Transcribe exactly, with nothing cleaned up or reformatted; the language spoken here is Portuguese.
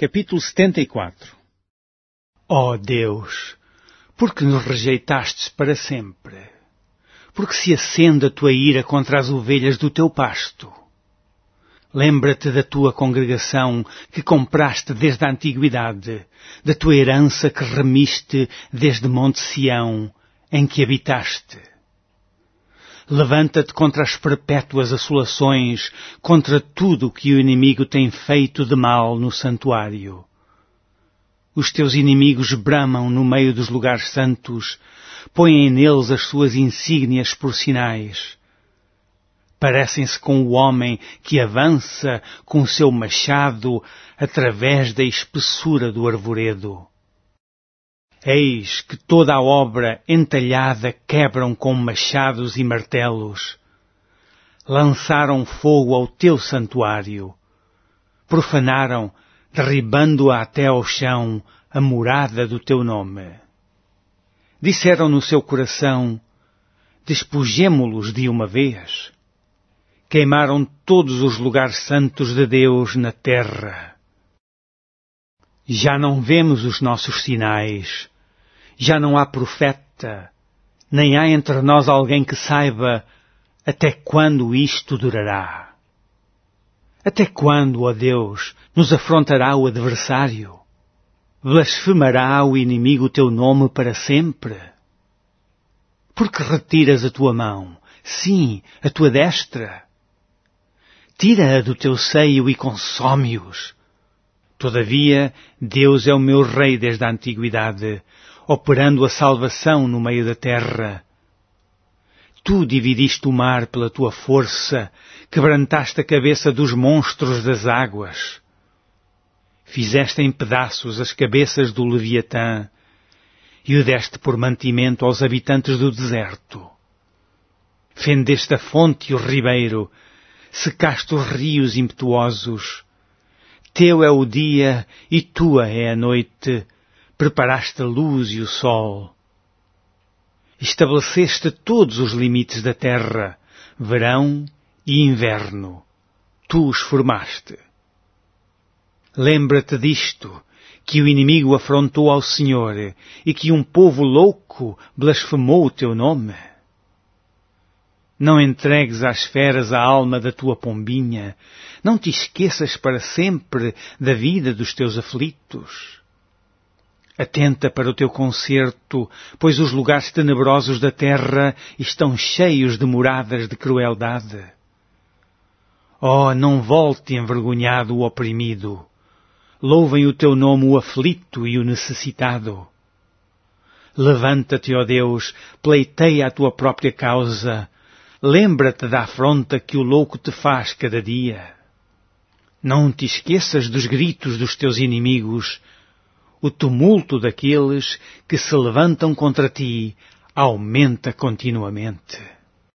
Capítulo setenta e quatro. Ó Deus, porque nos rejeitastes para sempre? Porque se acende a tua ira contra as ovelhas do teu pasto? Lembra-te da tua congregação que compraste desde a antiguidade, da tua herança que remiste desde Monte Sião, em que habitaste. Levanta-te contra as perpétuas assolações, contra tudo o que o inimigo tem feito de mal no santuário. Os teus inimigos bramam no meio dos lugares santos, põem neles as suas insígnias por sinais. Parecem-se com o homem que avança com o seu machado através da espessura do arvoredo. Eis que toda a obra entalhada quebram com machados e martelos. Lançaram fogo ao teu santuário. Profanaram, derribando-a até ao chão, a morada do teu nome. Disseram no seu coração, despojemo-los de uma vez. Queimaram todos os lugares santos de Deus na terra. Já não vemos os nossos sinais. Já não há profeta, nem há entre nós alguém que saiba até quando isto durará. Até quando, ó Deus, nos afrontará o adversário? Blasfemará o inimigo o teu nome para sempre? Porque retiras a tua mão, sim, a tua destra? Tira-a do teu seio e consome-os. Todavia, Deus é o meu Rei desde a antiguidade, operando a salvação no meio da terra. Tu dividiste o mar pela tua força, quebrantaste a cabeça dos monstros das águas. Fizeste em pedaços as cabeças do Leviatã e o deste por mantimento aos habitantes do deserto. Fendeste a fonte e o ribeiro, secaste os rios impetuosos. Teu é o dia e tua é a noite, preparaste a luz e o sol. Estabeleceste todos os limites da terra, verão e inverno. Tu os formaste. Lembra-te disto, que o inimigo afrontou ao Senhor e que um povo louco blasfemou o teu nome. Não entregues às feras a alma da tua pombinha, não te esqueças para sempre da vida dos teus aflitos. Atenta para o teu concerto, pois os lugares tenebrosos da terra estão cheios de moradas de crueldade. Oh, não volte envergonhado o oprimido. Louvem o teu nome o aflito e o necessitado. Levanta-te, ó Deus, pleiteia a tua própria causa. Lembra-te da afronta que o louco te faz cada dia. Não te esqueças dos gritos dos teus inimigos. O tumulto daqueles que se levantam contra ti aumenta continuamente.